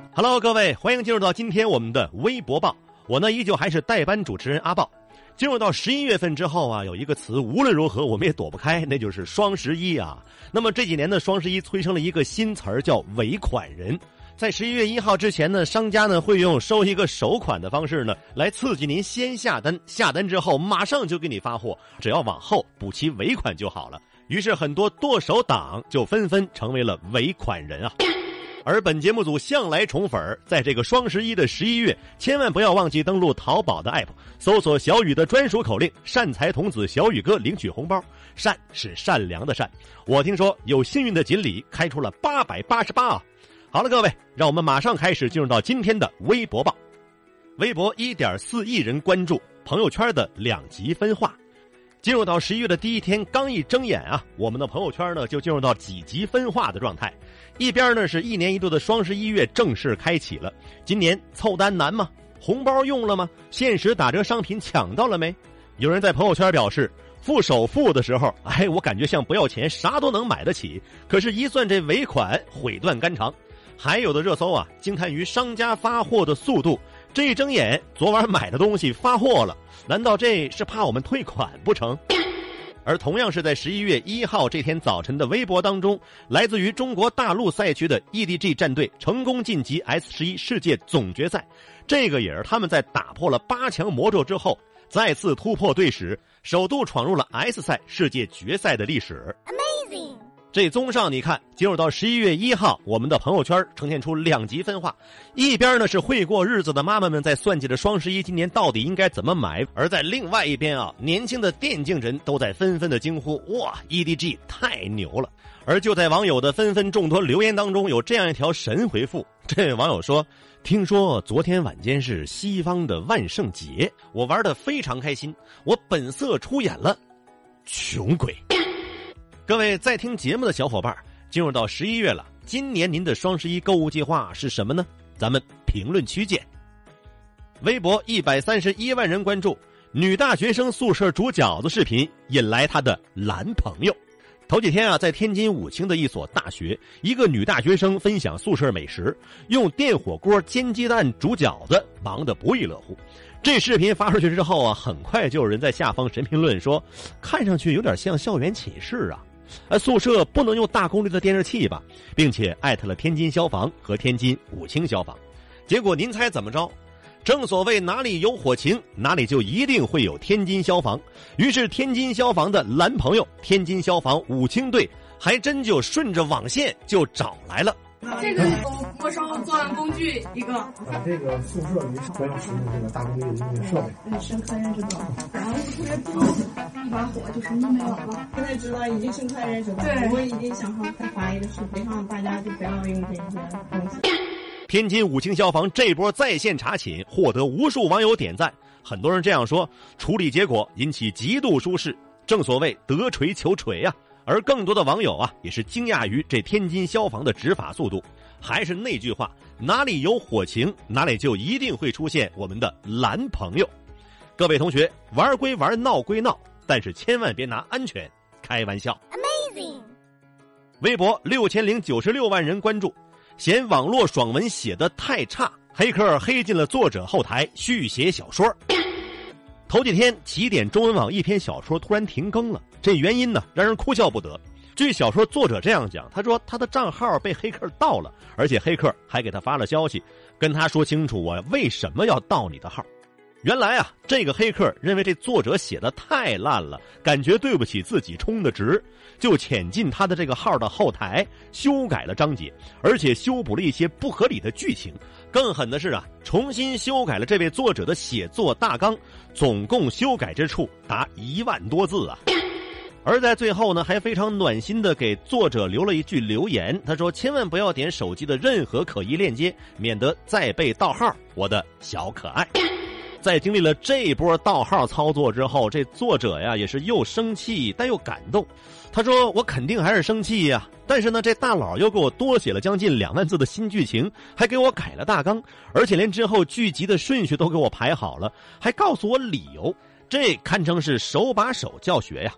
Hello， 各位，欢迎进入到今天我们的微博报。我呢，依旧还是代班主持人阿豹。进入到11月份之后啊，有一个词无论如何我们也躲不开，那就是双11啊。那么这几年的双11催生了一个新词儿，叫尾款人。在11月1号之前呢，商家呢会用收一个首款的方式呢，来刺激您先下单，下单之后马上就给你发货，只要往后补齐尾款就好了。于是很多剁手党就纷纷成为了尾款人啊。而本节目组向来宠粉，在这个双11的11月，千万不要忘记登录淘宝的 app， 搜索小雨的专属口令，善财童子小雨哥领取红包。善是善良的善，我听说有幸运的锦鲤开出了888啊。好了，各位，让我们马上开始进入到今天的微博报。微博 1.4 亿人关注，朋友圈的2极分化。进入到11月的第一天，刚一睁眼啊，我们的朋友圈呢就进入到几极分化的状态。一边呢是一年一度的双11月正式开启了，今年凑单难吗？红包用了吗？限时打折商品抢到了没？有人在朋友圈表示，付首付的时候，我感觉像不要钱啥都能买得起，可是一算这尾款，悔断肝肠。还有的热搜啊，惊叹于商家发货的速度，这一睁眼，昨晚买的东西发货了，难道这是怕我们退款不成？而同样是在11月1号这天早晨的微博当中，来自于中国大陆赛区的 EDG 战队成功晋级 S11 世界总决赛，这个也是他们在打破了8强魔咒之后，再次突破队史，首度闯入了 S 赛世界决赛的历史。Amazing！这综上你看，进入到11月1号，我们的朋友圈呈现出2极分化。一边呢是会过日子的妈妈们在算计着双11今年到底应该怎么买，而在另外一边啊，年轻的电竞人都在纷纷的惊呼：哇 ，EDG 太牛了！而就在网友的纷纷众多留言当中，有这样一条神回复。这位网友说：听说昨天晚间是西方的万圣节，我玩得非常开心，我本色出演了穷鬼。各位在听节目的小伙伴，进入到11月了，今年您的双11购物计划是什么呢？咱们评论区见。微博131万人关注，女大学生宿舍煮饺子视频引来她的男朋友。头几天啊，在天津武清的一所大学，一个女大学生分享宿舍美食，用电火锅煎鸡蛋煮饺子，忙得不亦乐乎。这视频发出去之后啊，很快就有人在下方神评论说，看上去有点像校园寝室啊。宿舍不能用大功率的电热器吧，并且艾特了天津消防和天津武清消防。结果您猜怎么着？正所谓哪里有火情，哪里就一定会有天津消防。于是天津消防的男朋友天津消防武清队还真就顺着网线就找来了。 这个锅烧作案工具一个， 这个宿舍里不要使用这个大功率的这个设备。 深刻认识到，然后特别不好，一把火就什么都没有了。 现在知道已经深刻认识到，我已经想好再发一个视频，让大家就不要用这些东西。 天津武清消防这波在线查寝获得无数网友点赞，很多人这样说，处理结果引起极度舒适，正所谓得锤求锤啊。而更多的网友啊，也是惊讶于这天津消防的执法速度。还是那句话，哪里有火情，哪里就一定会出现我们的男朋友。各位同学，玩归玩，闹归闹，但是千万别拿安全开玩笑。Amazing！ 微博6096万人关注，嫌网络爽文写得太差，黑客黑进了作者后台续写小说。头几天起点中文网一篇小说突然停更了，这原因呢让人哭笑不得。据小说作者这样讲，他说他的账号被黑客盗了，而且黑客还给他发了消息，跟他说清楚我为什么要盗你的号。原来啊，这个黑客认为这作者写的太烂了，感觉对不起自己充的值，就潜进他的这个号的后台修改了章节，而且修补了一些不合理的剧情。更狠的是啊，重新修改了这位作者的写作大纲，总共修改之处达1万多字啊。而在最后呢，还非常暖心的给作者留了一句留言，他说千万不要点手机的任何可疑链接，免得再被盗号，我的小可爱。在经历了这一波盗号操作之后，这作者呀也是又生气但又感动。他说我肯定还是生气呀，但是呢这大佬又给我多写了将近2万字的新剧情，还给我改了大纲，而且连之后剧集的顺序都给我排好了，还告诉我理由，这堪称是手把手教学呀。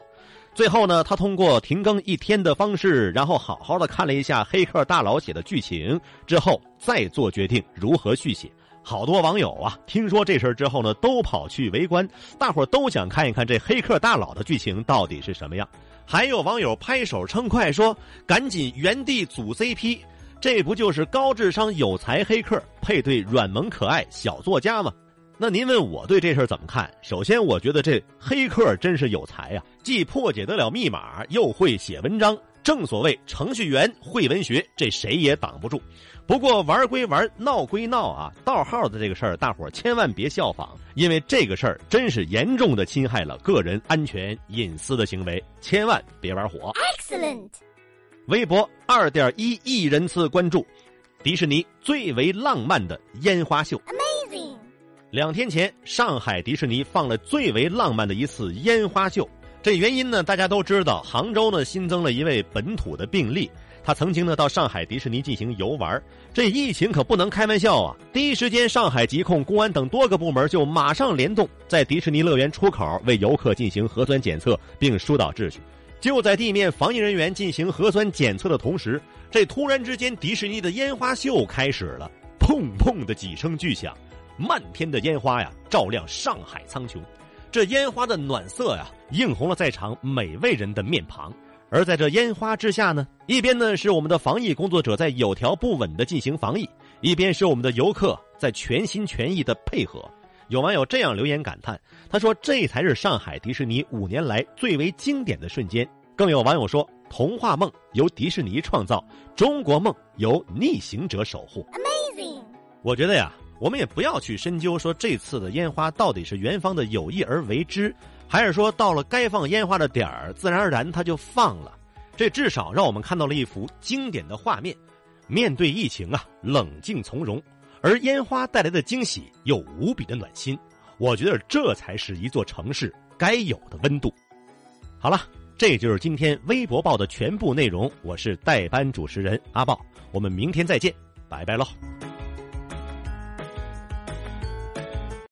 最后呢，他通过停更1天的方式，然后好好的看了一下黑客大佬写的剧情，之后再做决定如何续写。好多网友啊，听说这事之后呢，都跑去围观，大伙都想看一看这黑客大佬的剧情到底是什么样。还有网友拍手称快说，赶紧原地组 CP， 这不就是高智商有才黑客配对软萌可爱小作家吗？那您问我对这事怎么看？首先我觉得这黑客真是有才啊，既破解得了密码，又会写文章，正所谓程序员会文学，这谁也挡不住。不过玩归玩，闹归闹啊，盗号的这个事儿大伙千万别效仿，因为这个事儿真是严重的侵害了个人安全隐私的行为，千万别玩火。 Excellent。 微博 2.1 亿人次关注迪士尼最为浪漫的烟花秀。 Amazing。 2天前，上海迪士尼放了最为浪漫的一次烟花秀。这原因呢，大家都知道，杭州呢新增了一位本土的病例，他曾经呢到上海迪士尼进行游玩。这疫情可不能开玩笑啊！第一时间，上海疾控、公安等多个部门就马上联动，在迪士尼乐园出口为游客进行核酸检测，并疏导秩序。就在地面防疫人员进行核酸检测的同时，这突然之间，迪士尼的烟花秀开始了，砰砰的几声巨响，漫天的烟花呀，照亮上海苍穹。这烟花的暖色呀，映红了在场每位人的面庞。而在这烟花之下呢，一边呢是我们的防疫工作者在有条不紊地进行防疫，一边是我们的游客在全心全意地配合。有网友这样留言感叹，他说这才是上海迪士尼5年来最为经典的瞬间。更有网友说，童话梦由迪士尼创造，中国梦由逆行者守护。 Amazing。 我觉得呀，我们也不要去深究说这次的烟花到底是园方的有意而为之，还是说到了该放烟花的点儿，自然而然它就放了。这至少让我们看到了一幅经典的画面，面对疫情啊，冷静从容，而烟花带来的惊喜又无比的暖心。我觉得这才是一座城市该有的温度。好了，这就是今天微博报的全部内容，我是代班主持人阿豹，我们明天再见，拜拜喽。